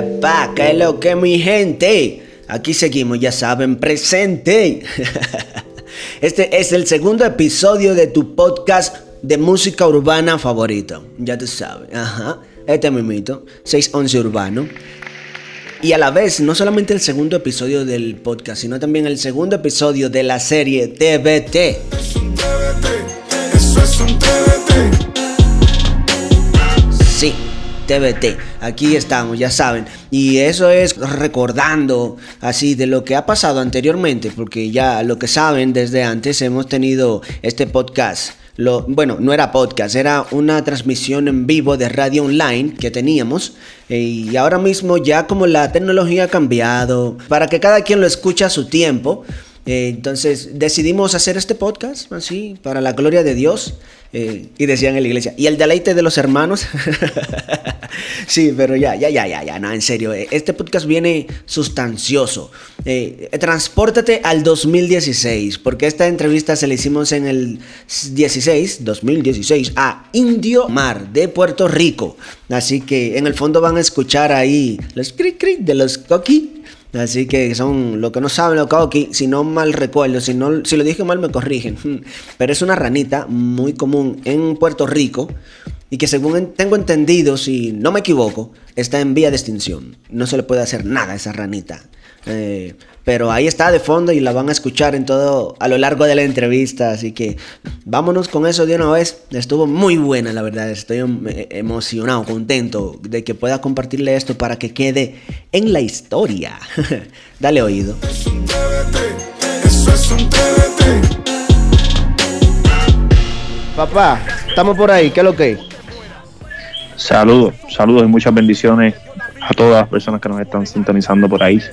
Epa, ¿qué es lo que mi gente? Aquí seguimos, ya saben, presente. Este es el segundo episodio de tu podcast de música urbana favorito. Ya tú sabes, ajá. Este mimito, 611 Urbano. Y a la vez, no solamente el segundo episodio del podcast, sino también el segundo episodio de la serie TBT. Es un TBT, eso es un TBT. Sí, TBT, aquí estamos, ya saben. Y eso es recordando así de lo que ha pasado anteriormente, porque ya lo que saben desde antes hemos tenido este podcast. Bueno, no era podcast, era una transmisión en vivo de radio online que teníamos. Y ahora mismo ya como la tecnología ha cambiado, para que cada quien lo escuche a su tiempo, entonces decidimos hacer este podcast así, para la gloria de Dios. Y decían en la iglesia, ¿y el deleite de los hermanos? Sí, pero ya, no, en serio, este podcast viene sustancioso. Transpórtate al 2016, porque esta entrevista se la hicimos en el 2016, a Indio Mar, de Puerto Rico. Así que en el fondo van a escuchar ahí los cric cric de los coquí. Así que son lo que no saben los coquí, si no mal recuerdo, si lo dije mal me corrigen. Pero es una ranita muy común en Puerto Rico y que según tengo entendido, si no me equivoco, está en vía de extinción. No se le puede hacer nada a esa ranita. Pero ahí está de fondo y la van a escuchar en todo a lo largo de la entrevista, así que vámonos con eso de una vez. Estuvo muy buena, la verdad. Estoy emocionado, contento de que pueda compartirle esto para que quede en la historia. Dale oído. Es un TBT, eso es un TBT. Papá, estamos por ahí, ¿qué es lo que? Saludos y muchas bendiciones a todas las personas que nos están sintonizando por ahí.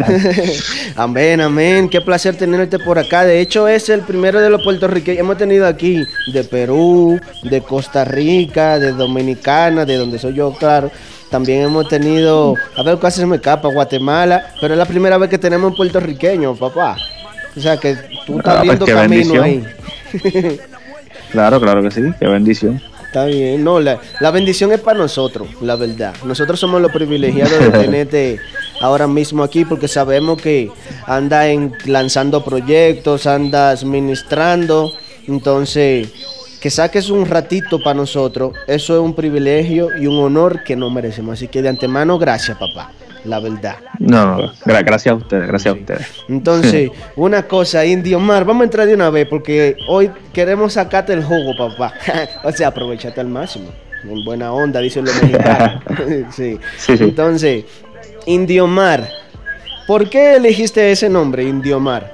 Amén, qué placer tenerte por acá. De hecho es el primero de los puertorriqueños. Hemos tenido aquí de Perú, de Costa Rica, de Dominicana, de donde soy yo, claro. También hemos tenido, a ver, casi se me escapa, Guatemala, pero es la primera vez que tenemos un puertorriqueño, papá. O sea que tú estás viendo camino ahí. Claro que sí, qué bendición. Está bien, no, la bendición es para nosotros, la verdad. Nosotros somos los privilegiados de tenerte ahora mismo aquí porque sabemos que andas lanzando proyectos, andas ministrando, entonces que saques un ratito para nosotros, eso es un privilegio y un honor que no merecemos. Así que de antemano, gracias, papá, la verdad. No, gracias a ustedes, Entonces, una cosa, Indio Mar, vamos a entrar de una vez porque hoy queremos sacarte el jugo, papá. O sea, aprovechate al máximo. En buena onda, dicen los mexicanos. Sí. Entonces, Indio Mar, ¿por qué elegiste ese nombre, Indio Mar?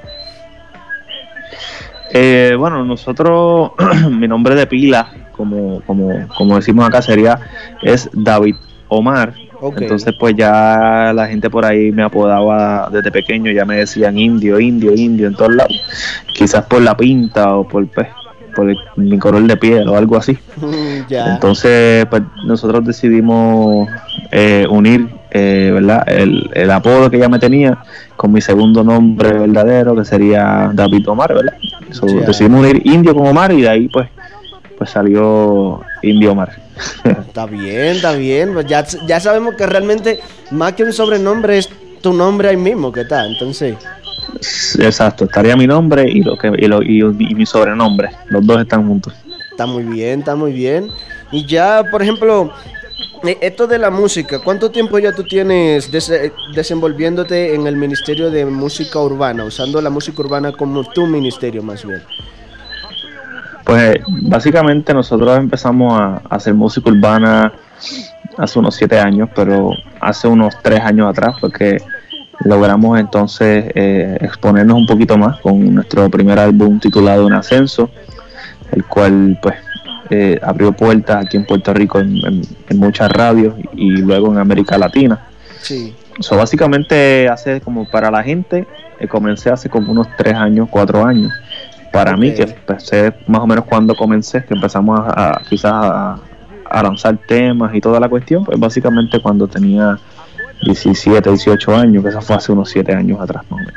Bueno, nosotros, mi nombre de pila, como decimos acá, es David Omar. Okay. Entonces pues ya la gente por ahí me apodaba desde pequeño, ya me decían indio en todos lados, quizás por la pinta o por mi color de piel o algo así. Entonces pues nosotros decidimos unir ¿verdad? El apodo que ya me tenía con mi segundo nombre verdadero, que sería David Omar, ¿verdad? Decidimos unir Indio con Omar y de ahí pues salió Indio Omar. Está bien, pues ya sabemos que realmente más que un sobrenombre es tu nombre ahí mismo que está, entonces. Exacto, estaría mi nombre y mi sobrenombre, los dos están juntos. Está muy bien. Y ya, por ejemplo, esto de la música, ¿cuánto tiempo ya tú tienes desenvolviéndote en el Ministerio de Música Urbana, usando la música urbana como tu ministerio más bien? Pues básicamente nosotros empezamos a hacer música urbana hace unos 7 años, pero hace unos 3 años atrás porque logramos entonces exponernos un poquito más con nuestro primer álbum titulado En Ascenso, el cual pues abrió puertas aquí en Puerto Rico en muchas radios y luego en América Latina. Sí. So, básicamente hace como para la gente, comencé hace como unos 3 años, 4 años. Para mí, que empecé más o menos cuando comencé, que empezamos quizás a lanzar temas y toda la cuestión, pues básicamente cuando tenía 17, 18 años, que eso fue hace unos 7 años atrás más o menos.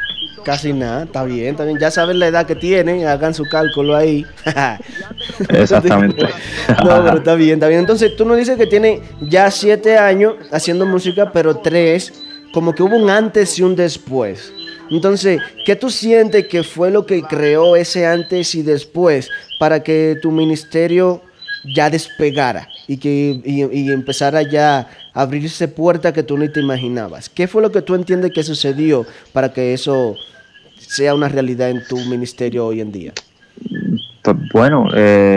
Casi nada, está bien. Ya saben la edad que tienen, hagan su cálculo ahí. Exactamente. No, pero está bien. Entonces, tú nos dices que tiene ya 7 años haciendo música, pero 3, como que hubo un antes y un después. Entonces, ¿qué tú sientes que fue lo que creó ese antes y después para que tu ministerio ya despegara y empezara ya a abrirse puertas que tú ni te imaginabas? ¿Qué fue lo que tú entiendes que sucedió para que eso sea una realidad en tu ministerio hoy en día? Pues bueno,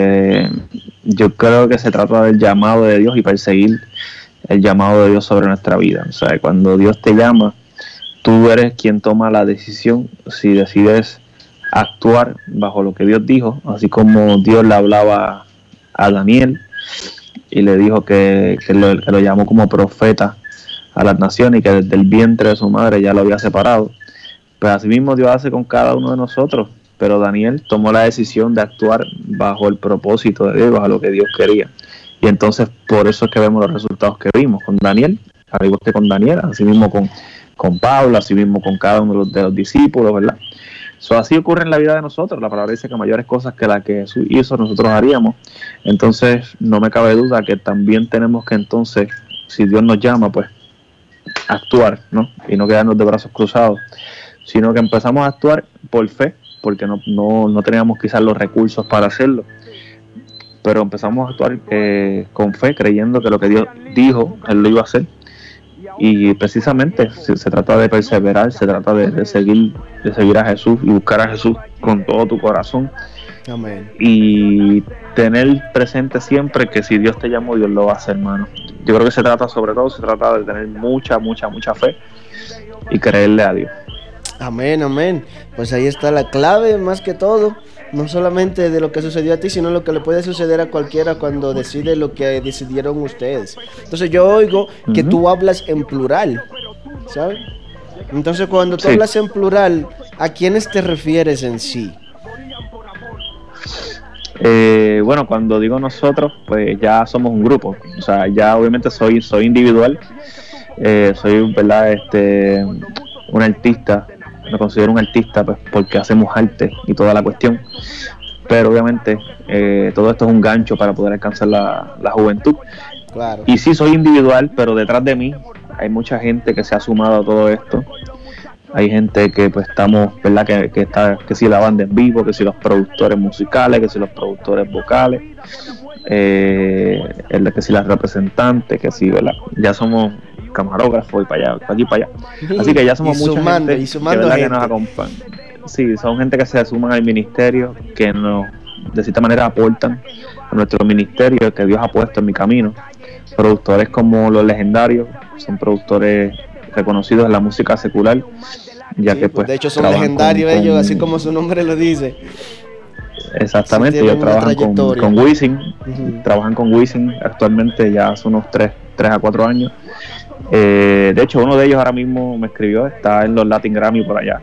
yo creo que se trata del llamado de Dios y perseguir el llamado de Dios sobre nuestra vida. O sea, cuando Dios te llama, tú eres quien toma la decisión si decides actuar bajo lo que Dios dijo, así como Dios le hablaba a Daniel y le dijo que lo llamó como profeta a las naciones y que desde el vientre de su madre ya lo había separado. Pues así mismo Dios hace con cada uno de nosotros, pero Daniel tomó la decisión de actuar bajo el propósito de Dios, bajo lo que Dios quería. Y entonces por eso es que vemos los resultados que vimos con Daniel, al igual que con Daniel, así mismo con Pablo, así mismo con cada uno de los discípulos, ¿verdad? Así ocurre en la vida de nosotros. La palabra dice que mayores cosas que las que Jesús hizo nosotros haríamos. Entonces no me cabe duda que también tenemos que entonces, si Dios nos llama, pues actuar, ¿no? Y no quedarnos de brazos cruzados, sino que empezamos a actuar por fe, porque no teníamos quizás los recursos para hacerlo, pero empezamos a actuar con fe, creyendo que lo que Dios dijo, Él lo iba a hacer. Y precisamente se trata de perseverar, se trata de seguir a Jesús y buscar a Jesús con todo tu corazón. Amén. Y tener presente siempre que si Dios te llamó, Dios lo va a hacer, hermano. Yo creo que se trata de tener mucha fe y creerle a Dios. Amén. Pues ahí está la clave, más que todo. No solamente de lo que sucedió a ti, sino lo que le puede suceder a cualquiera cuando decide lo que decidieron ustedes. Entonces yo oigo que tú hablas en plural, ¿sabes? Entonces cuando tú hablas en plural, ¿a quiénes te refieres en sí? Bueno, cuando digo nosotros, pues ya somos un grupo. O sea, ya obviamente soy individual. Soy, ¿verdad? Un artista. Me considero un artista, pues, porque hacemos arte y toda la cuestión. Pero obviamente todo esto es un gancho para poder alcanzar la juventud. Claro. Y sí, soy individual, pero detrás de mí hay mucha gente que se ha sumado a todo esto. Hay gente que pues estamos, ¿verdad? Que si la banda en vivo, que si los productores musicales, que si los productores vocales, que si las representantes, que si, ¿verdad? Ya somos camarógrafos y para allá, para aquí, para allá. Así que ya somos mucha gente que nos acompaña. Sí, son gente que se suman al ministerio, que nos, de cierta manera, aportan a nuestro ministerio que Dios ha puesto en mi camino. Productores como Los Legendarios, son productores reconocidos en la música secular, ya que pues de hecho son legendarios ellos, así como su nombre lo dice. Exactamente, ellos trabajan con Wisin, trabajan con Wisin actualmente ya hace unos 3 a 4 años. De hecho uno de ellos ahora mismo me escribió, está en los Latin Grammy por allá.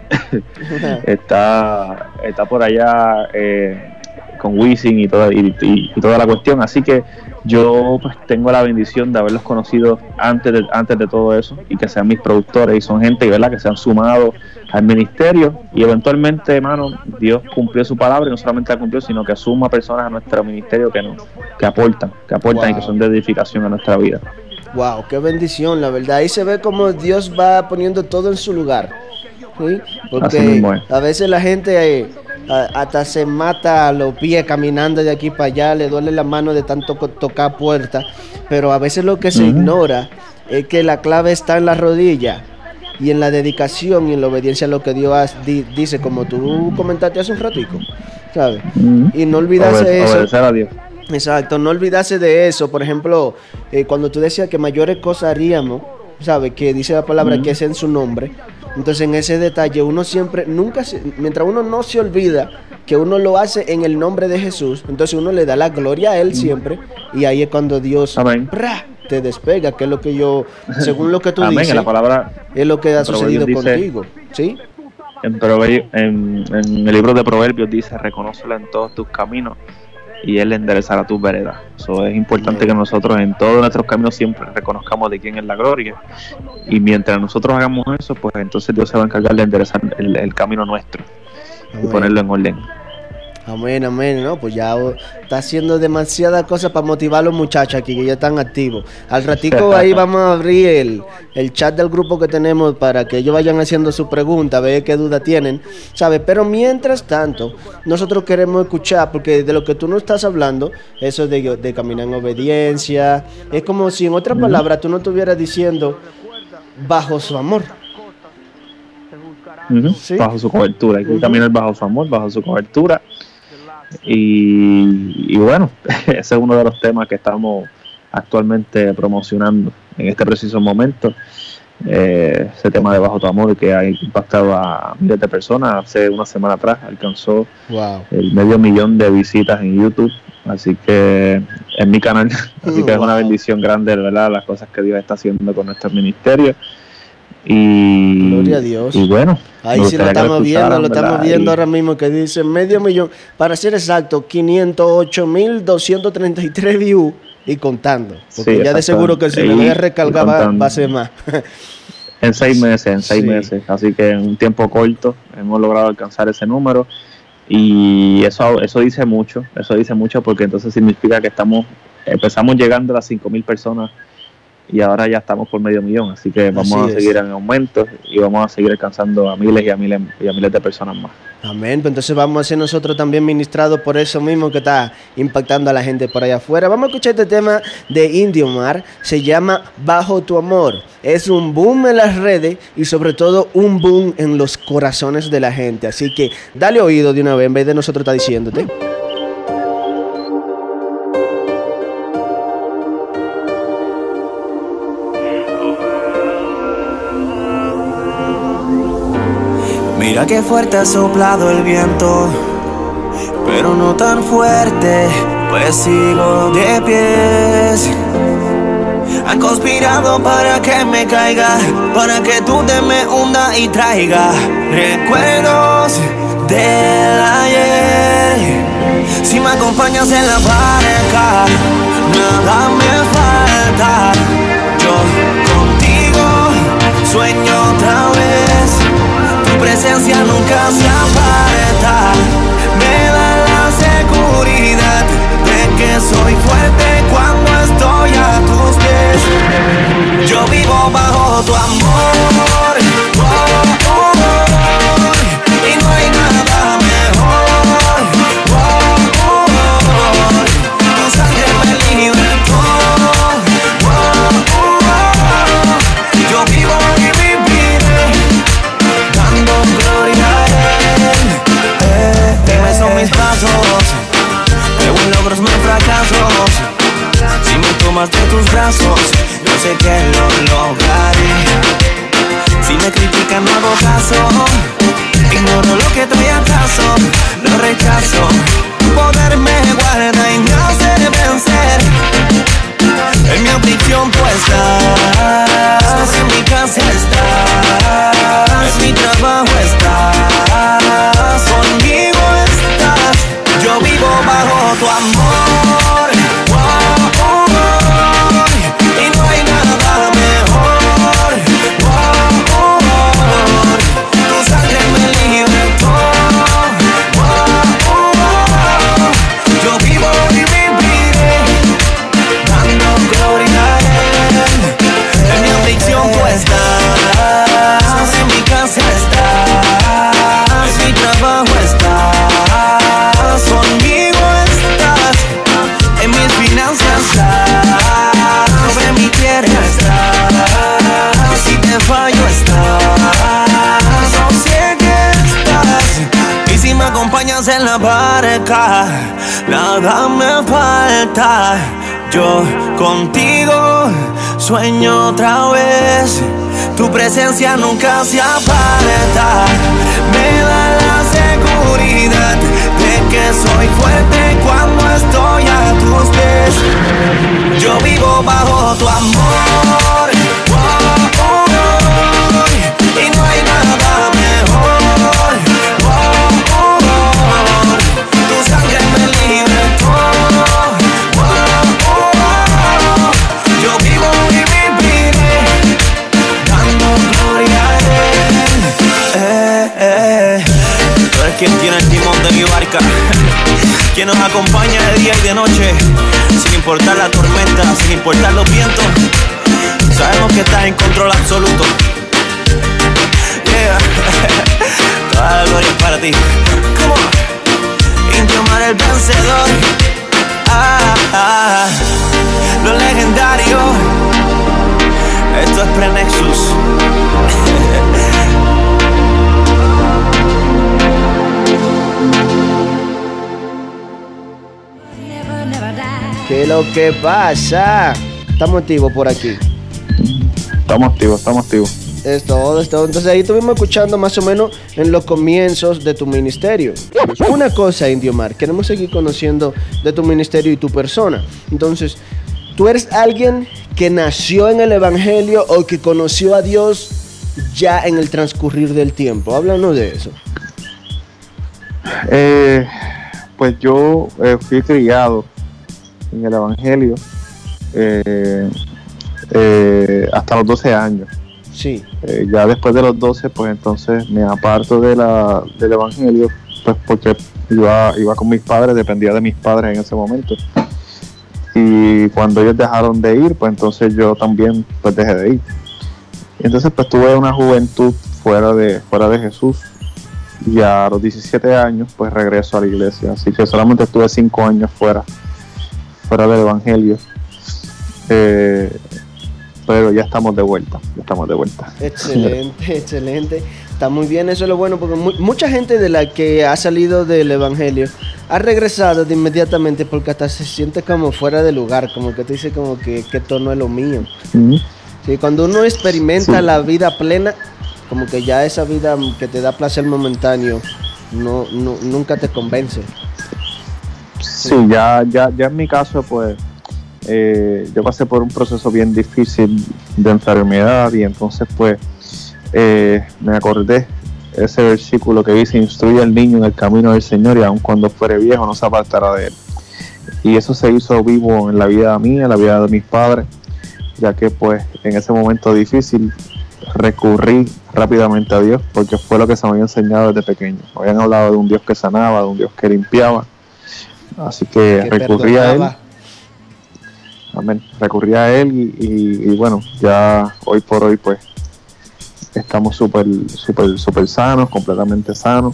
está por allá con Wisin y toda la cuestión, así que yo pues tengo la bendición de haberlos conocido antes de todo eso y que sean mis productores, y son gente, ¿verdad?, que se han sumado al ministerio, y eventualmente, hermano, Dios cumplió su palabra, y no solamente la cumplió, sino que suma personas a nuestro ministerio que aportan wow, y que son de edificación a nuestra vida. Wow, qué bendición, la verdad. Ahí se ve como Dios va poniendo todo en su lugar, ¿sí? Porque a veces la gente hasta se mata a los pies caminando de aquí para allá, le duele la mano de tanto tocar puertas, pero a veces lo que se ignora es que la clave está en la rodilla y en la dedicación y en la obediencia a lo que Dios dice, como tú comentaste hace un ratico, ¿sabes? Y no olvidarse de eso. Obedecer a Dios. Exacto, no olvidarse de eso. Por ejemplo, cuando tú decías que mayores cosas haríamos, ¿sabes? Que dice la palabra que es en su nombre. Entonces en ese detalle uno siempre, mientras uno no se olvida que uno lo hace en el nombre de Jesús, entonces uno le da la gloria a Él siempre, y ahí es cuando Dios te despega, que es lo que yo, según lo que tú dices, la palabra, es lo que ha sucedido contigo, ¿sí? En el libro de Proverbios dice, reconócelo en todos tus caminos y Él enderezará tus veredas. Eso es importante que nosotros en todos nuestros caminos siempre reconozcamos de quién es la gloria, y mientras nosotros hagamos eso, pues entonces Dios se va a encargar de enderezar el camino nuestro y ponerlo en orden. Amén, amén, ¿no? Pues ya está haciendo demasiadas cosas para motivar a los muchachos aquí, que ya están activos. Al ratico ahí vamos a abrir el chat del grupo que tenemos para que ellos vayan haciendo su pregunta, a ver qué duda tienen, ¿sabes? Pero mientras tanto, nosotros queremos escuchar, porque de lo que tú nos estás hablando, eso de caminar en obediencia, es como si en otras palabras tú no estuvieras diciendo bajo su amor. ¿Sí? Bajo su cobertura, hay que caminar bajo su amor, bajo su cobertura. Y bueno, ese es uno de los temas que estamos actualmente promocionando en este preciso momento, ese tema de Bajo tu Amor, que ha impactado a miles de personas. Hace una semana atrás alcanzó el 500,000 de visitas en YouTube, así que en mi canal, así que es una bendición grande, ¿verdad?, las cosas que Dios está haciendo con nuestro ministerio. Y gloria a Dios. Y bueno, ahí sí lo estamos viendo ahora mismo, que dice 500,000, para ser exacto, 508,233 views y contando, porque ya de seguro que si me voy a recargar va a ser más. En 6 meses, así que en un tiempo corto hemos logrado alcanzar ese número, y eso dice mucho, porque entonces significa que empezamos llegando a las 5,000 personas y ahora ya estamos por 500,000, así que vamos a seguir en aumento y vamos a seguir alcanzando a miles y a miles de personas más. Amén, pues entonces vamos a ser nosotros también ministrados por eso mismo que está impactando a la gente por allá afuera. Vamos a escuchar este tema de Indio Omar, se llama Bajo tu Amor. Es un boom en las redes y sobre todo un boom en los corazones de la gente, así que dale oído de una vez en vez de nosotros estar diciéndote. Mira qué fuerte ha soplado el viento, pero no tan fuerte, pues sigo de pies. Han conspirado para que me caiga, para que tú te me hunda y traiga recuerdos del ayer. Si me acompañas en la barca, nada me falta. Yo contigo sueño otra vez. Tu presencia nunca se aparta, me da la seguridad de que soy fuerte cuando estoy a tus pies. Yo vivo bajo tu amor, oh, oh, oh, y no hay nada mejor, oh, oh, oh, tu sangre me libertó, oh, oh, oh, yo vivo y viviré dando gloria a Él. Dime son mis pasos, de buen logros mis fracasos. Si me tomas de tus brazos, yo sé que lo lograré. Si me critican no hago caso, ignoro lo que trae acaso, lo rechazo. Tu poder me guarda y me hace vencer. En mi aflicción tú estás, en mi casa estás, en mi trabajo estás, conmigo estás. Yo vivo bajo tu amor, oh, oh, oh, y no hay nada mejor, oh, oh, oh, tu sangre me libertó, oh, oh, oh, yo vivo y viviré dando gloria a Él. En mi aflicción tú estás, en mi casa estás, en mi trabajo estás, conmigo estás, en mis finanzas estás, sobre mi tierra estás, si te fallo estás, no sé que estás, y si me acompañas en la barca, nada me falta. Yo contigo sueño otra vez, tu presencia nunca se aparta, me da la seguridad de que soy fuerte cuando estoy a tus pies. Yo vivo bajo tu amor, oh, oh, oh, y no hay nada mejor, oh, oh, oh, tu sangre me libertó. que nos acompaña de día y de noche, sin importar la tormenta, sin importar los vientos. Sabemos que estás en control absoluto. Yeah. Toda la gloria es para ti. Come on. Indio Omar el vencedor. Lo legendario. Esto es Pre-Nexus. ¿Qué es lo que pasa? Estamos activos por aquí. Estamos activos. Es todo. Entonces ahí estuvimos escuchando más o menos en los comienzos de tu ministerio. Una cosa, Indio Omar, queremos seguir conociendo de tu ministerio y tu persona. Entonces, ¿tú eres alguien que nació en el Evangelio o que conoció a Dios ya en el transcurrir del tiempo? Háblanos de eso. Pues yo fui criado en el Evangelio hasta los 12 años. Sí. Ya después de los 12, pues entonces me aparto del Evangelio, pues porque iba con mis padres, dependía de mis padres en ese momento. Y cuando ellos dejaron de ir, pues entonces yo también pues dejé de ir. Y entonces pues tuve una juventud fuera de Jesús. Y a los 17 años pues regreso a la iglesia. Así que solamente estuve 5 años fuera del Evangelio. Pero ya estamos de vuelta. Excelente. Está muy bien, eso es lo bueno, porque mucha gente de la que ha salido del Evangelio ha regresado de inmediatamente porque hasta se siente como fuera de lugar, como que te dice como que esto no es lo mío. Uh-huh. Sí, cuando uno experimenta la vida plena, como que ya esa vida que te da placer momentáneo nunca te convence. Sí, ya en mi caso pues yo pasé por un proceso bien difícil de enfermedad y entonces pues me acordé ese versículo que dice: instruye al niño en el camino del Señor y aun cuando fuere viejo no se apartará de él. Y eso se hizo vivo en la vida mía, en la vida de mis padres, ya que pues en ese momento difícil recurrí rápidamente a Dios porque fue lo que se me había enseñado desde pequeño. Me habían hablado de un Dios que sanaba, de un Dios que limpiaba, así que recurrí a Él. Amén. Recurrí a Él y bueno, ya hoy por hoy pues estamos súper sanos, completamente sanos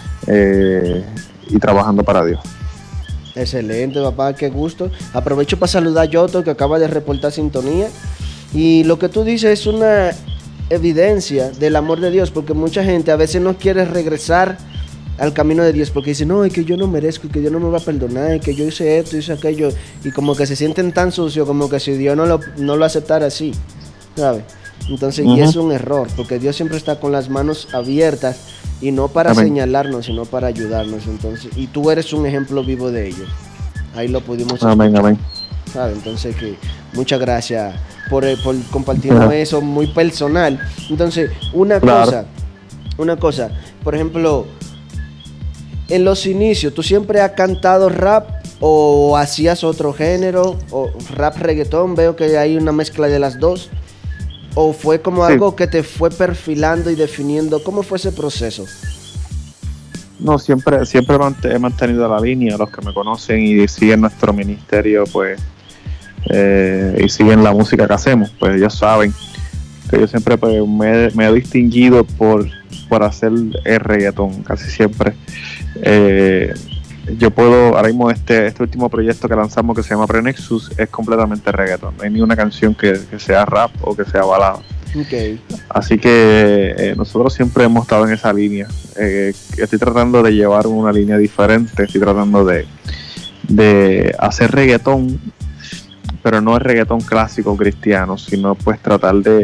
y trabajando para Dios. Excelente, papá, qué gusto. Aprovecho para saludar a Yoto, que acaba de reportar sintonía. Y lo que tú dices es una evidencia del amor de Dios, porque mucha gente a veces no quiere regresar al camino de Dios porque dice: no, es que yo no merezco, que Dios no me va a perdonar, que yo hice esto, hice aquello, y como que se sienten tan sucios, como que si Dios no lo aceptara así, ¿sabes? Entonces, y es un error, porque Dios siempre está con las manos abiertas, y no para señalarnos, sino para ayudarnos. Entonces, y tú eres un ejemplo vivo de ello. Ahí lo pudimos escuchar. Amén. ¿Sabes? Entonces, que muchas gracias por compartirnos eso muy personal. Entonces, una cosa, por ejemplo, en los inicios, ¿tú siempre has cantado rap o hacías otro género? ¿O rap, reggaetón? Veo que hay una mezcla de las dos. ¿O fue como algo que te fue perfilando y definiendo? ¿Cómo fue ese proceso? No, siempre he mantenido la línea. Los que me conocen y siguen nuestro ministerio, pues, y siguen la música que hacemos, pues ellos saben que yo siempre pues, me he distinguido por hacer el reggaetón, casi siempre. Yo puedo, ahora mismo este último proyecto que lanzamos que se llama Pre-Nexus es completamente reggaetón, no hay ni una canción que sea rap o que sea balada. Okay. Así que nosotros siempre hemos estado en esa línea. Estoy tratando de llevar una línea diferente, estoy tratando de hacer reggaetón, pero no el reggaetón clásico cristiano, sino pues tratar de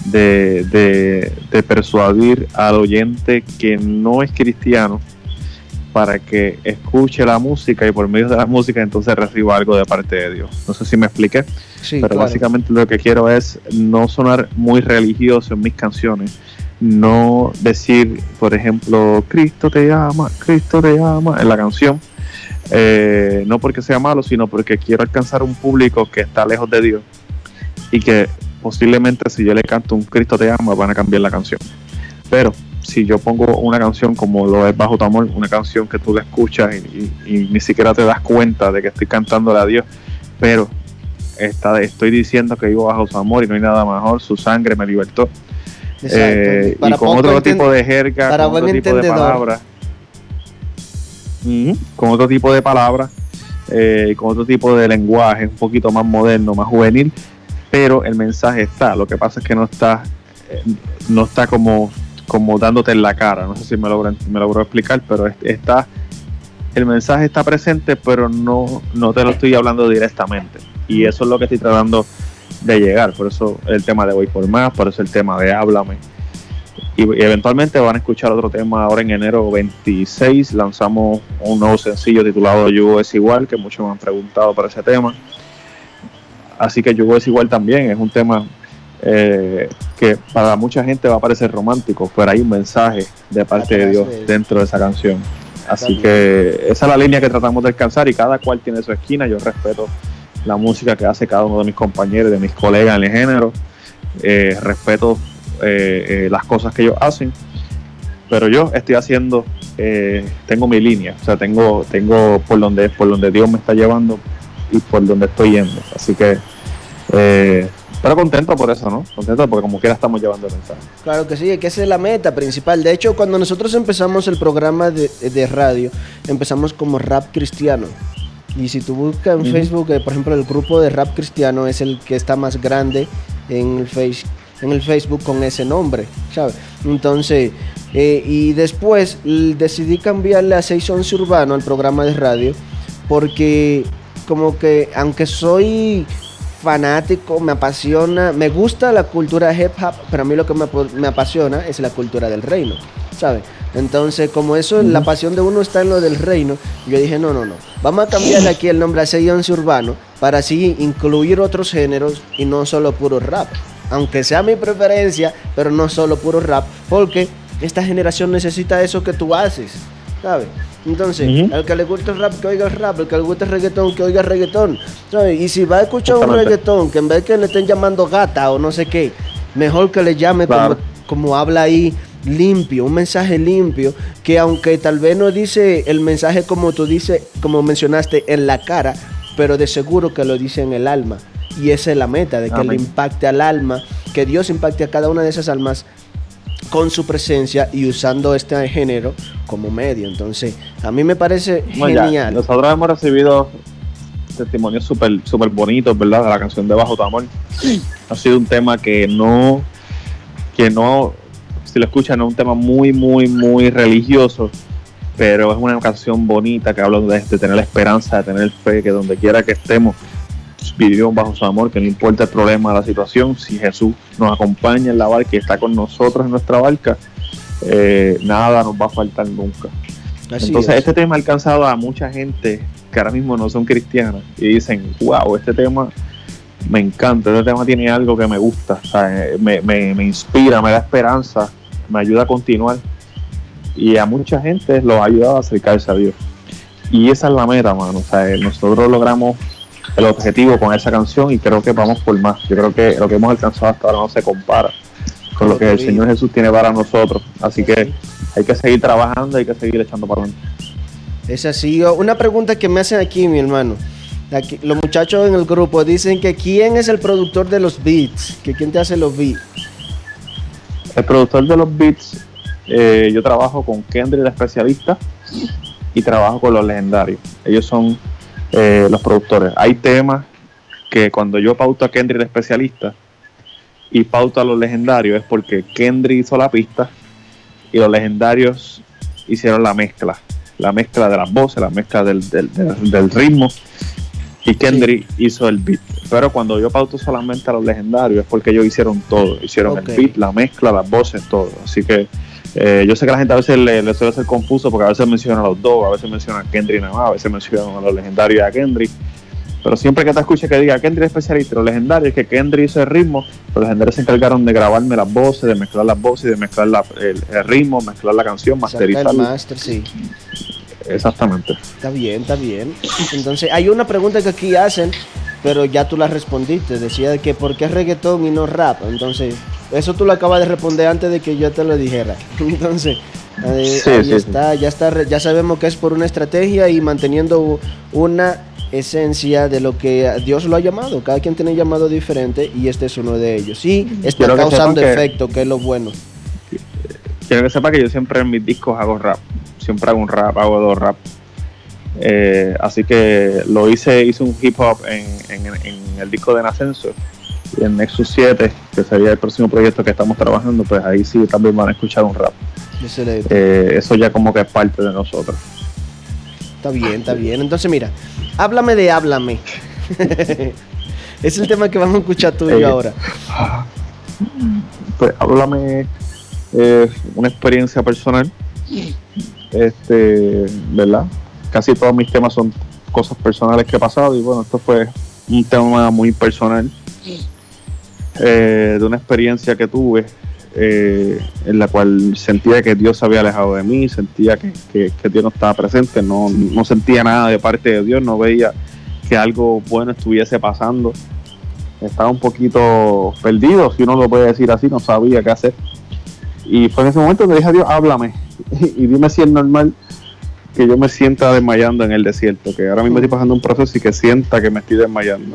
persuadir al oyente que no es cristiano para que escuche la música y por medio de la música entonces reciba algo de parte de Dios. No sé si me expliqué, sí, pero claro. Básicamente lo que quiero es no sonar muy religioso en mis canciones, no decir, por ejemplo, Cristo te llama en la canción, no porque sea malo, sino porque quiero alcanzar un público que está lejos de Dios y que posiblemente si yo le canto un Cristo te ama van a cambiar la canción. Pero si yo pongo una canción como lo es Bajo tu Amor, una canción que tú la escuchas y ni siquiera te das cuenta de que estoy cantándole a Dios, pero estoy diciendo que vivo bajo su amor y no hay nada mejor, su sangre me libertó. Y con otro tipo de jerga, para con otro tipo de palabras, con otro tipo de palabras, con otro tipo de lenguaje, un poquito más moderno, más juvenil, pero el mensaje está. Lo que pasa es que no está como dándote en la cara. No sé si me logro explicar, pero el mensaje está presente, pero no te lo estoy hablando directamente. Y eso es lo que estoy tratando de llegar. Por eso el tema de Voy por Más, por eso el tema de Háblame. Y eventualmente van a escuchar otro tema. Ahora en enero 26 lanzamos un nuevo sencillo titulado Yugo es Igual, que muchos me han preguntado por ese tema. Así que Yugo es Igual también es un tema que para mucha gente va a parecer romántico, pero hay un mensaje de parte de Dios dentro de esa canción. Así que esa es la línea que tratamos de alcanzar, y cada cual tiene su esquina. Yo respeto la música que hace cada uno de mis compañeros, de mis colegas en el género, respeto las cosas que ellos hacen, pero yo estoy haciendo, tengo mi línea, o sea, tengo por donde Dios me está llevando y por donde estoy yendo. Así que pero contento por eso, ¿no? Contento porque como quiera estamos llevando el mensaje. Claro que sí, que esa es la meta principal. De hecho, cuando nosotros empezamos el programa de radio, empezamos como Rap Cristiano. Y si tú buscas en Facebook, por ejemplo, el grupo de Rap Cristiano es el que está más grande en el Facebook con ese nombre, ¿sabes? Entonces, y después decidí cambiarle a 611 Urbano al programa de radio, porque como que, aunque soy fanático, me apasiona, me gusta la cultura hip hop, pero a mí lo que me apasiona es la cultura del reino, ¿sabes? Entonces, como eso, la pasión de uno está en lo del reino, yo dije, no, vamos a cambiarle aquí el nombre a 611 Urbano para así incluir otros géneros y no solo puro rap, aunque sea mi preferencia, pero no solo puro rap, porque esta generación necesita eso que tú haces, ¿sabes? Entonces, al que le gusta el rap, que oiga el rap, al que le gusta el reggaetón, que oiga el reggaetón, ¿sabes? Y si va a escuchar un reggaetón, que en vez de que le estén llamando gata o no sé qué, mejor que le llame como habla ahí, limpio, un mensaje limpio, que aunque tal vez no dice el mensaje como tú dices, como mencionaste, en la cara, pero de seguro que lo dice en el alma. Y esa es la meta, de que le impacte al alma, que Dios impacte a cada una de esas almas con su presencia y usando este género como medio. Entonces, a mí me parece genial. Nosotros hemos recibido testimonios súper bonitos, ¿verdad? De la canción de Bajo tu Amor. Ha sido un tema que no, si lo escuchan, no es un tema muy religioso, pero es una canción bonita que habla de tener la esperanza, de tener fe, que donde quiera que estemos, vivimos bajo su amor, que no importa el problema, la situación, si Jesús nos acompaña en la barca y está con nosotros en nuestra barca, nada nos va a faltar nunca. Entonces este tema ha alcanzado a mucha gente que ahora mismo no son cristianas y dicen, wow, este tema me encanta, este tema tiene algo que me gusta, o sea, me inspira, me da esperanza, me ayuda a continuar, y a mucha gente los ha ayudado a acercarse a Dios, y esa es la meta, mano. O sea, nosotros logramos el objetivo con esa canción y creo que vamos por más. Yo creo que lo que hemos alcanzado hasta ahora no se compara con lo que el Señor Jesús tiene para nosotros, así que hay que seguir trabajando, hay que seguir echando para adelante. Es así. Una pregunta que me hacen aquí, mi hermano. Aquí, los muchachos en el grupo dicen que ¿quién es el productor de los beats? ¿Que quién te hace los beats? El productor de los beats, yo trabajo con Kendrick, el especialista, y trabajo con Los Legendarios. Ellos son los productores. Hay temas que cuando yo pauto a Kendrick, el especialista, y pauto a Los Legendarios, es porque Kendrick hizo la pista y Los Legendarios hicieron la mezcla de las voces, la mezcla del ritmo, y Kendrick hizo el beat. Pero cuando yo pauto solamente a Los Legendarios es porque ellos hicieron todo, hicieron el beat, la mezcla, las voces, todo. Así que yo sé que la gente a veces le suele ser confuso, porque a veces menciona a los dos, a veces menciona a Kendrick nada más, a veces menciona a Los Legendarios y a Kendrick. Pero siempre que te escuche que diga Kendrick especialista, Los Legendarios, es que Kendrick hizo el ritmo, Los Legendarios se encargaron de grabarme las voces, de mezclar las voces, de mezclar el ritmo, mezclar la canción, masterizar. Sí. Exactamente. Está bien. Entonces, hay una pregunta que aquí hacen, pero ya tú la respondiste. Decía que ¿por qué reggaetón y no rap? Entonces, Eso tú lo acabas de responder antes de que yo te lo dijera. Entonces, ya sabemos que es por una estrategia y manteniendo una esencia de lo que Dios lo ha llamado. Cada quien tiene llamado diferente y este es uno de ellos. Y está causando efecto, que es lo bueno. Quiero que sepa que yo siempre en mis discos hago rap. Siempre hago un rap, hago 2 rap. Así que lo hice un hip hop en el disco de En Ascenso. Y en Nexus 7, que sería el próximo proyecto que estamos trabajando, pues ahí sí también van a escuchar un rap. Eso ya como que es parte de nosotros. Está bien. Entonces mira, háblame de Háblame. Es el tema que vamos a escuchar tú y yo ahora. Pues Háblame una experiencia personal. ¿Verdad? Casi todos mis temas son cosas personales que he pasado y bueno, esto fue un tema muy personal de una experiencia que tuve en la cual sentía que Dios se había alejado de mí, sentía que Dios no estaba presente, no sentía nada de parte de Dios, no veía que algo bueno estuviese pasando, estaba un poquito perdido, si uno lo puede decir así, no sabía qué hacer. Y fue en ese momento que dije a Dios, háblame y dime si es normal que yo me sienta desmayando en el desierto, que ahora mismo estoy pasando un proceso y que sienta que me estoy desmayando.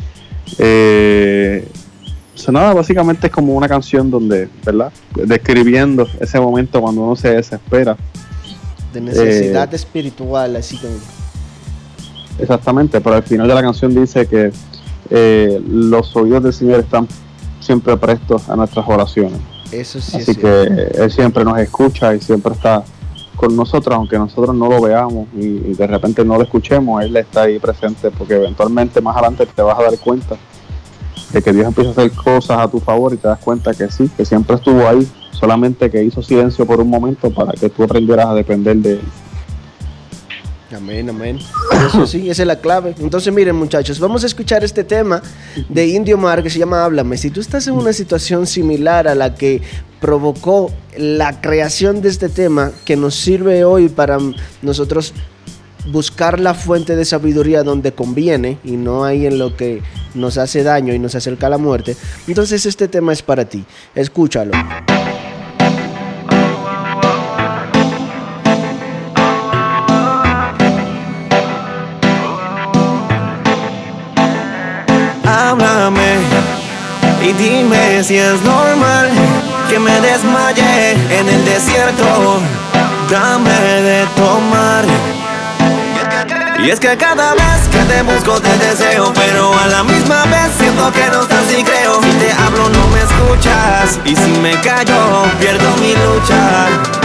Nada, básicamente es como una canción donde, ¿verdad? Describiendo ese momento cuando uno se desespera. De necesidad espiritual, así como. Exactamente, pero al final de la canción dice que los oídos del Señor están siempre prestos a nuestras oraciones. Eso sí. Así que Él siempre nos escucha y siempre está con nosotros, aunque nosotros no lo veamos y de repente no lo escuchemos, Él está ahí presente, porque eventualmente más adelante te vas a dar cuenta de que Dios empieza a hacer cosas a tu favor y te das cuenta que sí, que siempre estuvo ahí, solamente que hizo silencio por un momento para que tú aprendieras a depender de Él. Amén. Eso sí, esa es la clave. Entonces miren muchachos, vamos a escuchar este tema de Indio Mar que se llama Háblame. Si tú estás en una situación similar a la que provocó la creación de este tema, que nos sirve hoy para nosotros buscar la fuente de sabiduría donde conviene y no ahí en lo que nos hace daño y nos acerca a la muerte, entonces este tema es para ti. Escúchalo. Háblame y dime si es normal que me desmaye en el desierto. Dame de tomar. Y es que cada vez que te busco te deseo, pero a la misma vez siento que no estás y creo. Si te hablo no me escuchas, y si me callo pierdo mi lucha.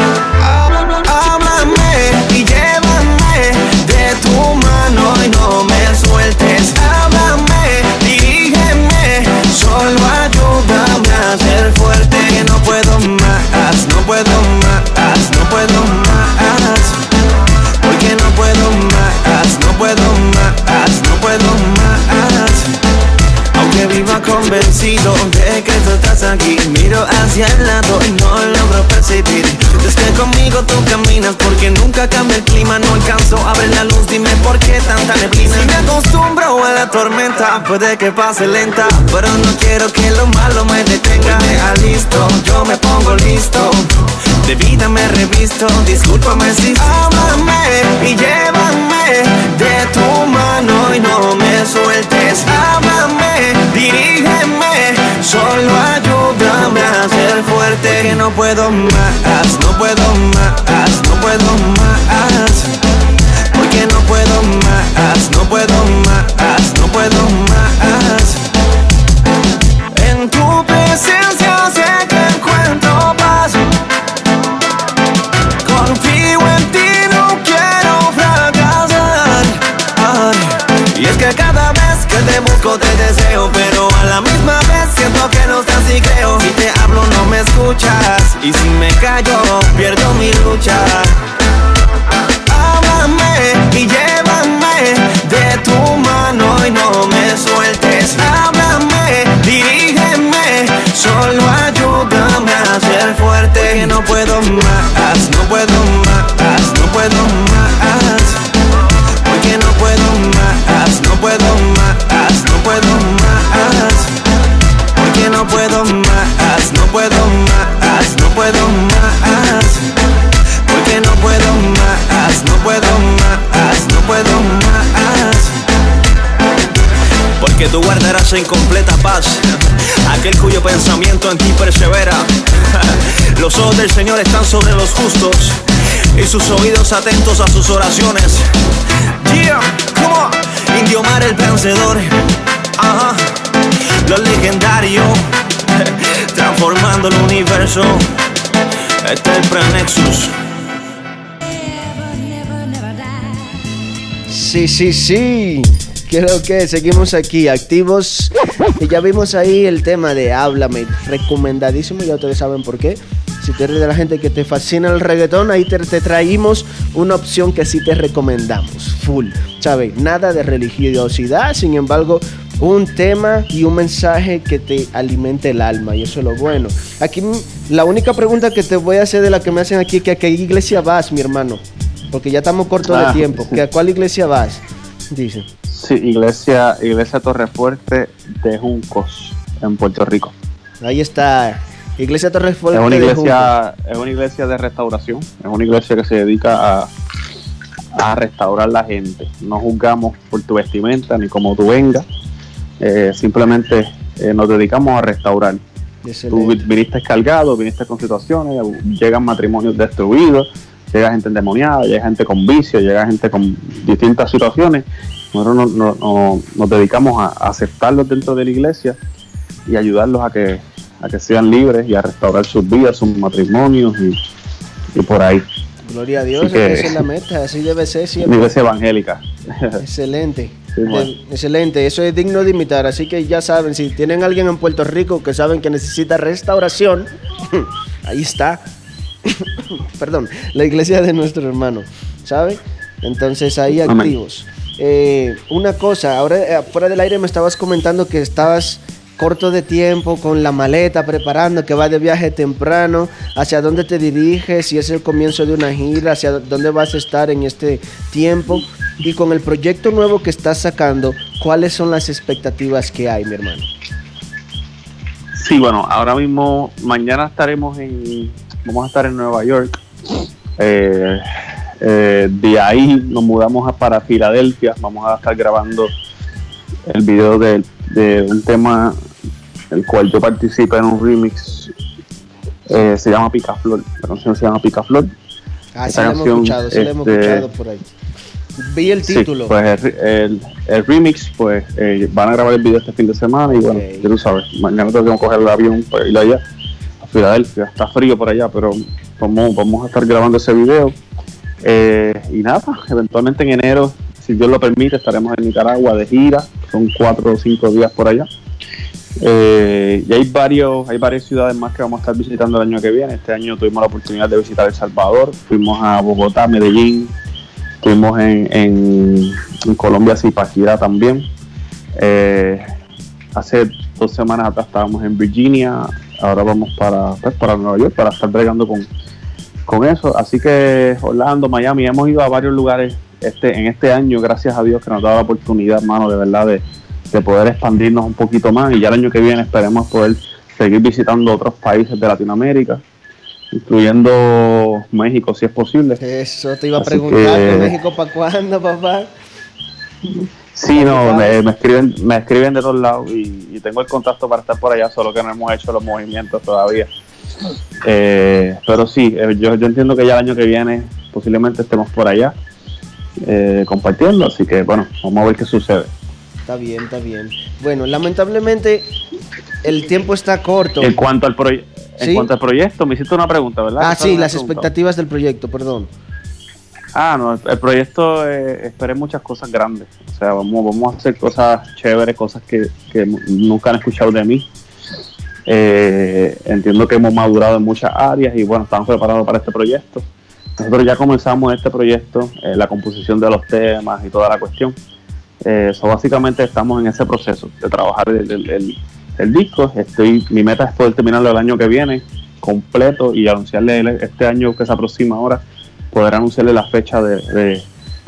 Háblame y llévame de tu mano y no me sueltes. Háblame, dirígeme, solo ayúdame a ser fuerte. Que no puedo más, no puedo más, no puedo más. Porque no puedo más, no puedo más, no puedo más. Aunque viva convencido de que tú estás aquí, miro hacia el lado y no logro percibir. Desde conmigo tú caminas porque nunca cambia el clima. No alcanzo a ver la luz, dime por qué tanta neblina. Si me acostumbro a la tormenta, puede que pase lenta, pero no quiero que lo malo me detenga. Me alisto, yo me pongo listo, de vida me revisto, discúlpame si háblame y llévame de tu mano y no me sueltes. Háblame, dirígeme, solo ayúdame a ser fuerte. Que no puedo más, no puedo más, no puedo más. Porque no puedo más, no puedo más, no puedo más. En tu presencia sé que encuentro paz. Confío en ti, no quiero fracasar. Y es que cada vez que te busco te deseo, pero a la misma vez siento que no estás y creo. Si te hablo no me escuchas, y si me callo pierdo mi lucha. Háblame y llévame de tu mano y no me sueltes. Háblame, dirígeme, solo ayúdame a ser fuerte. Que no puedo más, no puedo más, no puedo más. Porque no puedo más, no puedo más, no puedo más. Porque no puedo más. más, no puedo más, no puedo más. Porque no puedo más, no puedo más, no puedo más. Porque tú guardarás en completa paz aquel cuyo pensamiento en ti persevera. Los ojos del Señor están sobre los justos y sus oídos atentos a sus oraciones. Yeah, come on. Indio Omar el vencedor, ajá, los legendarios, transformando el universo. Este es el Prenexus. Sí. Creo que seguimos aquí activos. Y ya vimos ahí el tema de Háblame, recomendadísimo. Ya ustedes saben por qué. Si tú eres de la gente que te fascina el reggaetón, ahí te traímos una opción que sí te recomendamos. Full, ¿sabes? Nada de religiosidad, sin embargo, un tema y un mensaje que te alimente el alma. Y eso es lo bueno. Aquí la única pregunta que te voy a hacer de la que me hacen aquí, que a qué iglesia vas, mi hermano. Porque ya estamos cortos de tiempo. ¿Que a cuál iglesia vas? Dicen. Sí, iglesia Torrefuerte de Juncos, en Puerto Rico. Ahí está, Iglesia Torrefuerte de Juncos. Es una iglesia de restauración, es una iglesia que se dedica a restaurar la gente. No juzgamos por tu vestimenta ni cómo tú vengas, simplemente nos dedicamos a restaurar. Excelente. Tú viniste cargado, viniste con situaciones, llegan matrimonios destruidos, llega gente endemoniada, llega gente con vicios, llega gente con distintas situaciones. Nosotros nos dedicamos a aceptarlos dentro de la iglesia y ayudarlos a que sean libres y a restaurar sus vidas, sus matrimonios y por ahí. Gloria a Dios, esa es la meta, así debe ser siempre. Una iglesia evangélica. Excelente, sí, bueno. Excelente, eso es digno de imitar, así que ya saben, si tienen a alguien en Puerto Rico que saben que necesita restauración, ahí está, perdón, la iglesia de nuestro hermano, ¿saben? Entonces ahí activos. Una cosa, ahora fuera del aire me estabas comentando que estabas corto de tiempo con la maleta preparando, que vas de viaje temprano. ¿Hacia dónde te diriges? Si es el comienzo de una gira, ¿hacia dónde vas a estar en este tiempo? Y con el proyecto nuevo que estás sacando, ¿cuáles son las expectativas que hay, mi hermano? Sí, bueno, ahora mismo, mañana vamos a estar en Nueva York. De ahí nos mudamos para Filadelfia. Vamos a estar grabando el video de un tema el cual yo participé en un remix. Se llama Picaflor. La canción se llama Picaflor. Sí la hemos escuchado por ahí. Vi el título. Sí, pues el remix, pues van a grabar el video este fin de semana y bueno, ya tú sabes, mañana tengo que coger el avión para ir allá a Filadelfia. Está frío por allá, pero vamos a estar grabando ese video. Y nada, eventualmente en enero, si Dios lo permite, estaremos en Nicaragua de gira. Son 4 o 5 días por allá. Y hay varias ciudades más que vamos a estar visitando el año que viene. Este año tuvimos la oportunidad de visitar El Salvador, fuimos a Bogotá, Medellín, estuvimos en Colombia, Zipaquirá también. Hace 2 semanas atrás estábamos en Virginia, ahora vamos para Nueva York para estar bregando con eso. Así que Orlando, Miami, hemos ido a varios lugares en este año, gracias a Dios que nos da la oportunidad, hermano, de verdad de poder expandirnos un poquito más, y ya el año que viene esperemos poder seguir visitando otros países de Latinoamérica, incluyendo México, si es posible. Eso te iba a preguntar, ¿México para cuándo, papá? Sí, no, me escriben de todos lados y tengo el contacto para estar por allá, solo que no hemos hecho los movimientos todavía. Pero sí, yo entiendo que ya el año que viene posiblemente estemos por allá compartiendo, así que bueno, vamos a ver qué sucede. Está bien. Bueno, lamentablemente el tiempo está corto. En cuanto al proyecto, me hiciste una pregunta, ¿verdad? Sí, las expectativas del proyecto, perdón. No, el proyecto, esperé muchas cosas grandes. O sea, vamos a hacer cosas chéveres, cosas que nunca han escuchado de mí. Entiendo que hemos madurado en muchas áreas y bueno, estamos preparados para este proyecto. Nosotros ya comenzamos este proyecto, la composición de los temas y toda la cuestión. Básicamente estamos en ese proceso de trabajar el disco. Mi meta es poder terminarlo el año que viene completo y anunciarle este año que se aproxima ahora, poder anunciarle la fecha de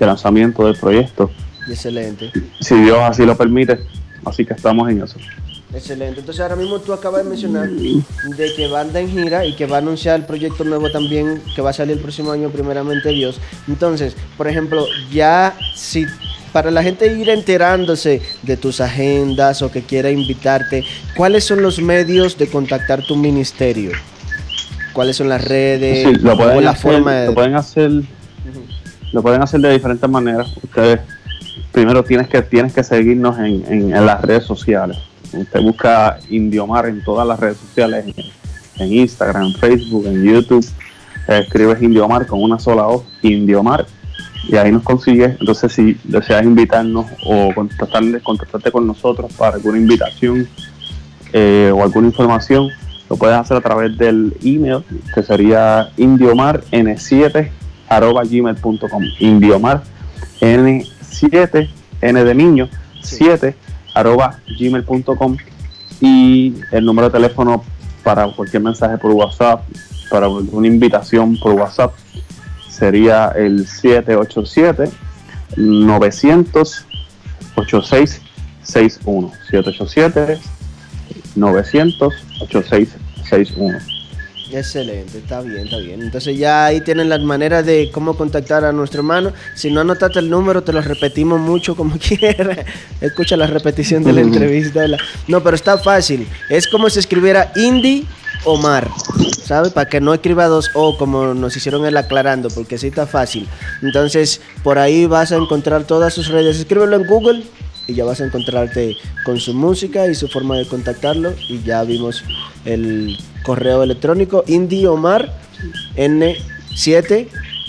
lanzamiento del proyecto. Excelente. Si Dios así lo permite, así que estamos en eso. Excelente. Entonces ahora mismo tú acabas de mencionar de que va a andar en gira y que va a anunciar el proyecto nuevo también que va a salir el próximo año, primeramente Dios. Entonces, por ejemplo, ya si para la gente ir enterándose de tus agendas o que quiera invitarte, ¿cuáles son los medios de contactar tu ministerio? ¿Cuáles son las redes? Sí, lo pueden o la hacer, forma de... lo pueden hacer de diferentes maneras. Ustedes primero tienes que seguirnos en las redes sociales. Usted busca Indiomar en todas las redes sociales, en Instagram, Facebook, en YouTube. Escribes Indiomar con una sola O, Indiomar, y ahí nos consigues. Entonces, si deseas invitarnos o contactarte con nosotros para alguna invitación o alguna información, lo puedes hacer a través del email, que sería indiomarn7@gmail.com. Indiomar N7, N de niño, 7@gmail.com, y el número de teléfono para cualquier mensaje por WhatsApp, para una invitación por WhatsApp, sería el 787-900-8661. 787-900-8661. Excelente, está bien, está bien. Entonces ya ahí tienen las maneras de cómo contactar a nuestro hermano. Si no anotaste el número, te lo repetimos mucho como quieras. Escucha la repetición de la entrevista. No, pero está fácil. Es como si escribiera Indy Omar, ¿sabes? Para que no escriba dos O como nos hicieron el aclarando, porque sí está fácil. Entonces, por ahí vas a encontrar todas sus redes. Escríbelo en Google y ya vas a encontrarte con su música y su forma de contactarlo. Y ya vimos el correo electrónico indiomar n7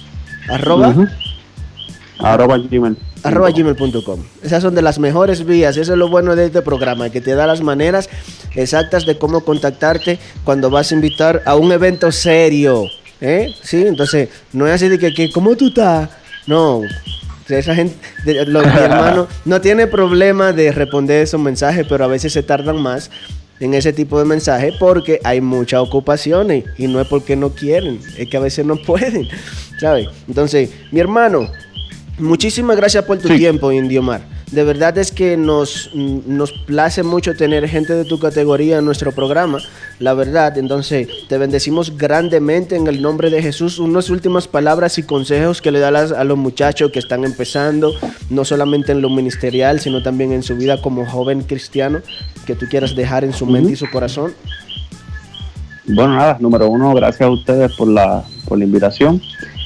@gmail.com. Esas son de las mejores vías. Eso es lo bueno de este programa, que te da las maneras exactas de cómo contactarte cuando vas a invitar a un evento serio, sí, entonces no es así de que ¿cómo tú estás? No, esa gente, mi hermano no tiene problema de responder esos mensajes, pero a veces se tardan más en ese tipo de mensajes porque hay muchas ocupaciones y no es porque no quieren, es que a veces no pueden, ¿sabes? Entonces, mi hermano, muchísimas gracias por tu tiempo, Indiomar. De verdad es que nos place mucho tener gente de tu categoría en nuestro programa, la verdad. Entonces, te bendecimos grandemente en el nombre de Jesús. Unas últimas palabras y consejos que le das a los muchachos que están empezando, no solamente en lo ministerial, sino también en su vida como joven cristiano, que tú quieras dejar en su mente y su corazón. Bueno, nada, número uno, gracias a ustedes por la invitación.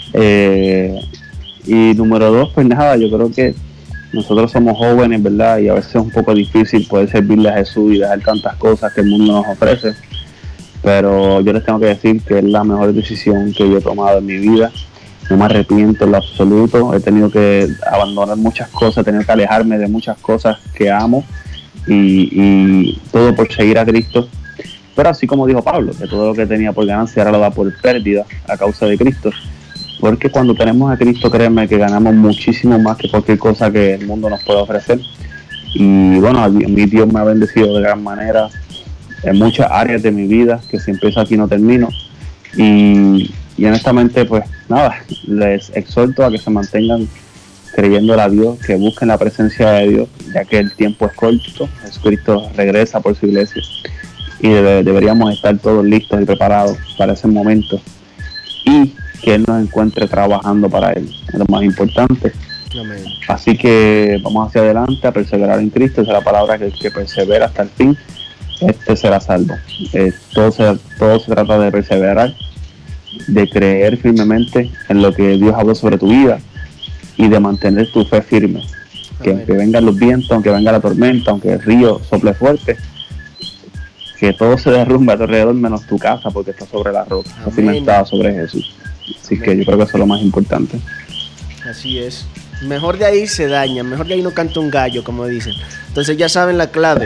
Y número dos, pues nada, yo creo que nosotros somos jóvenes, ¿verdad? Y a veces es un poco difícil poder servirle a Jesús y dejar tantas cosas que el mundo nos ofrece. Pero yo les tengo que decir que es la mejor decisión que yo he tomado en mi vida. No me arrepiento en lo absoluto. He tenido que abandonar muchas cosas, he tenido que alejarme de muchas cosas que amo y todo por seguir a Cristo. Pero así como dijo Pablo, que todo lo que tenía por ganancia ahora lo da por pérdida a causa de Cristo. Porque cuando tenemos a Cristo, créeme que ganamos muchísimo más que cualquier cosa que el mundo nos pueda ofrecer. Y bueno, a mí Dios me ha bendecido de gran manera en muchas áreas de mi vida, que si empiezo aquí no termino. Y honestamente, pues nada, les exhorto a que se mantengan creyéndole a Dios, que busquen la presencia de Dios, ya que el tiempo es corto. Jesucristo regresa por su iglesia y deberíamos estar todos listos y preparados para ese momento. Y que Él nos encuentre trabajando para Él, es lo más importante. Amén. Así que vamos hacia adelante a perseverar en Cristo. Esa es la palabra que persevera hasta el fin, será salvo. Todo se trata de perseverar, de creer firmemente en lo que Dios habló sobre tu vida y de mantener tu fe firme. Que aunque vengan los vientos, aunque venga la tormenta, aunque el río sople fuerte, que todo se derrumbe a tu alrededor menos tu casa, porque está sobre la roca, está cimentada sobre Jesús. Así que yo creo que eso es lo más importante. Así es. Mejor de ahí se daña, mejor de ahí no canta un gallo, como dicen. Entonces ya saben la clave.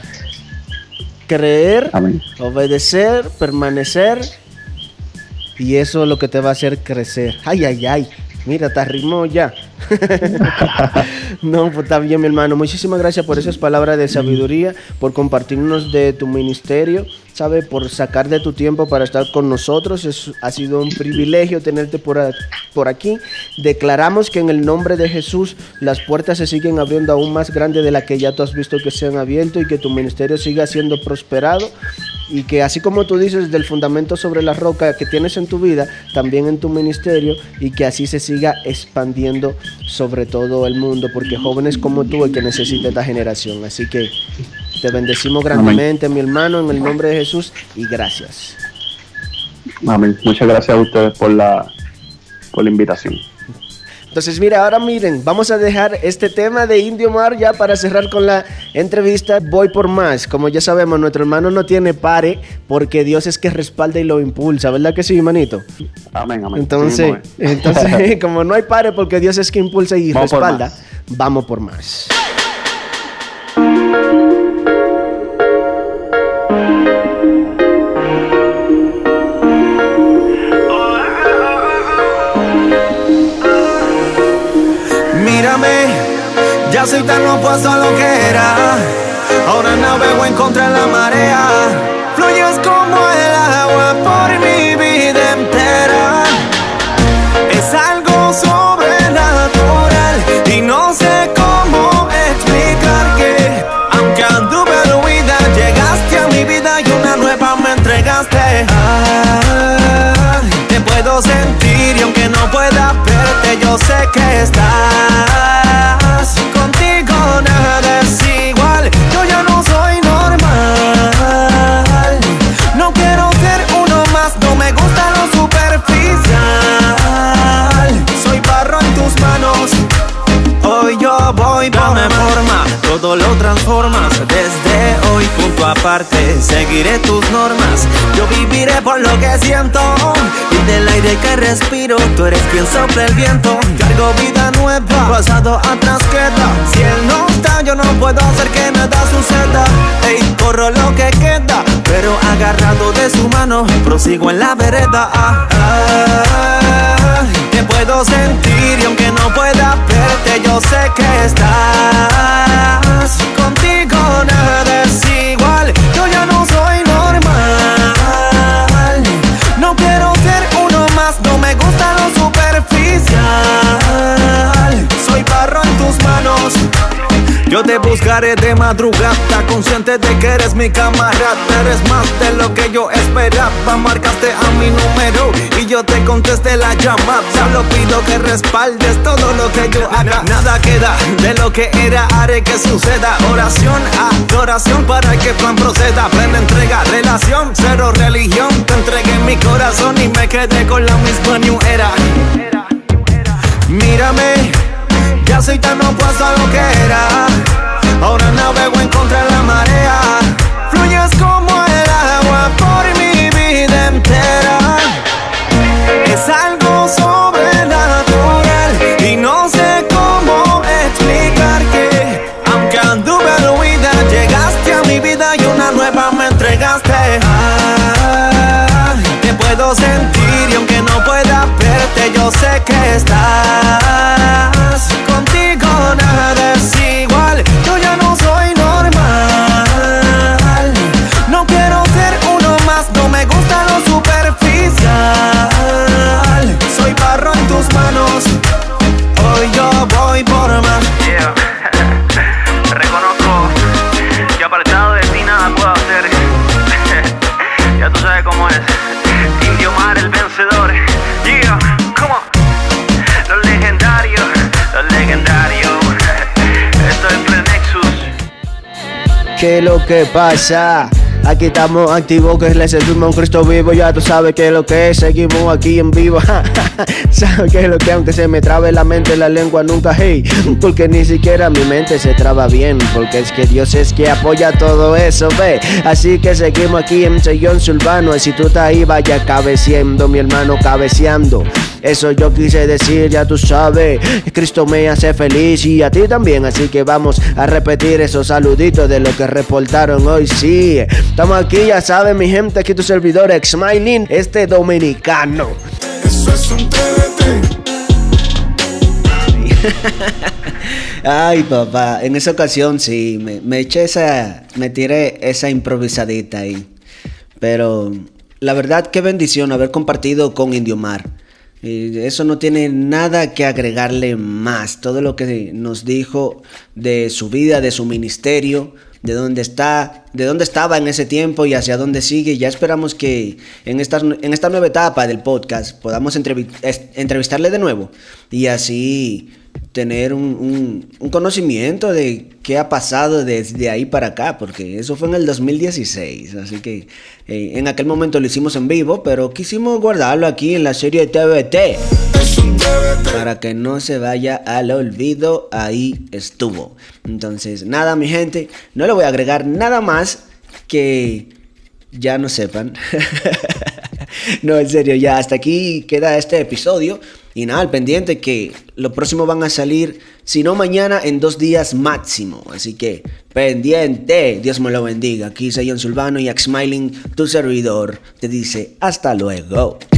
Creer, Amén. Obedecer, permanecer, y eso es lo que te va a hacer crecer. Ay, ay, ay. Mira, te arrimó ya. No, pues está bien, mi hermano. Muchísimas gracias por esas palabras de sabiduría, por compartirnos de tu ministerio ¿sabe? Por sacar de tu tiempo para estar con nosotros. Ha sido un privilegio tenerte por aquí. Declaramos que en el nombre de Jesús las puertas se siguen abriendo aún más grandes de las que ya tú has visto que se han abierto, y que tu ministerio siga siendo prosperado, y que así como tú dices del fundamento sobre la roca que tienes en tu vida, también en tu ministerio, y que así se siga expandiendo sobre todo el mundo, porque jóvenes como tú es que necesita esta generación. Así que te bendecimos grandemente, mi hermano, en el nombre de Jesús, y gracias. Amén. Muchas gracias a ustedes por la invitación. Entonces, mira, ahora miren, vamos a dejar este tema de Indio Mar ya para cerrar con la entrevista. Voy por más. Como ya sabemos, nuestro hermano no tiene pare, porque Dios es que respalda y lo impulsa, ¿verdad que sí, manito? Amén, amén. Entonces, como no hay pare porque Dios es que impulsa y respalda, vamos por más. Mírame, ya soy tan opuesto a lo que era. Ahora navego en contra de la marea. Fluyes como el agua por mi vida entera. Es algo sobrenatural y no sé cómo explicar que, aunque anduve en huida, llegaste a mi vida y una nueva me entregaste. Te puedo sentir y aunque no pueda verte, yo sé que estás contigo, nada es igual. Yo ya no soy normal, no quiero ser uno más, no me gusta lo superficial. Soy barro en tus manos, hoy yo voy por dame forma, todo lo transformas. Desde hoy, punto aparte, seguiré tus normas. Yo viviré por lo que siento, y del aire que respiro, tú eres quien sopla el viento. Cargo vida nueva, pasado atrás queda. Si él no está, yo no puedo hacer que nada suceda. Ey, corro lo que queda, pero agarrado de su mano, prosigo en la vereda. Te puedo sentir y aunque no pueda verte, yo sé que estás contigo, nada es igual. Yo ya no soy normal, no quiero ser uno más, no me gusta lo superficial. Soy barro en tus manos, yo te buscaré de madrugada, consciente de que eres mi camarada. Eres más de lo que yo esperaba, marcaste a mi número y yo te contesté la llamada. Solo pido que respaldes todo lo que yo haga. Nada queda de lo que era, haré que suceda. Oración, adoración para que el plan proceda. Plena entrega, relación, cero religión. Te entregué mi corazón y me quedé con la misma new era. Mírame, ya soy tan opuesto a lo que era. Ahora navego en contra de la marea. Fluyes como el agua por mi vida entera. Es algo sobrenatural y no sé cómo explicar que, aunque anduve en huida, llegaste a mi vida y una nueva me entregaste. Te puedo sentir y aunque no pueda verte, yo sé que estás contigo, nada es igual. Yo ya no soy normal, no quiero ser uno más, no me gusta lo superficial. Soy barro en tus manos, hoy yo voy por más. Yeah. Reconozco que apartado de ti nada puedo hacer. Ya tú sabes cómo es. Indio Mar el vencedor. Yeah, come on. Los legendarios, los legendarios. Esto es Prenexus. ¿Qué es lo que pasa? Aquí estamos activos, que le servimos a un Cristo vivo. Ya tú sabes qué es lo que es, seguimos aquí en vivo. ¿Sabes qué es lo que? Aunque se me trabe la mente, la lengua nunca, hey, porque ni siquiera mi mente se traba bien, porque es que Dios es que apoya todo eso, ve. Así que seguimos aquí en Sellón Urbano. Y si tú estás ahí, vaya cabeceando, mi hermano, cabeceando. Eso yo quise decir, ya tú sabes. Cristo me hace feliz y a ti también. Así que vamos a repetir esos saluditos de lo que reportaron hoy. Sí, estamos aquí, ya saben, mi gente. Aquí tu servidor, Smiling, este dominicano. Eso es un TDT. Ay, papá, en esa ocasión sí, me tiré esa improvisadita ahí. Pero la verdad, qué bendición haber compartido con Indiomar. Eso no tiene nada que agregarle más. Todo lo que nos dijo de su vida, de su ministerio, de dónde estaba en ese tiempo y hacia dónde sigue. Ya esperamos que en esta nueva etapa del podcast podamos entrevistarle de nuevo y así tener un conocimiento de qué ha pasado desde ahí para acá, porque eso fue en el 2016, así que en aquel momento lo hicimos en vivo, pero quisimos guardarlo aquí en la serie TBT para que no se vaya al olvido. Ahí estuvo. Entonces nada, mi gente, no le voy a agregar nada más que ya no sepan. No, en serio, ya hasta aquí queda este episodio. Y nada, al pendiente que los próximos van a salir, si no mañana, en 2 días máximo. Así que, pendiente. Dios me lo bendiga. Aquí soy John Sulvano y Smiling, tu servidor, te dice hasta luego.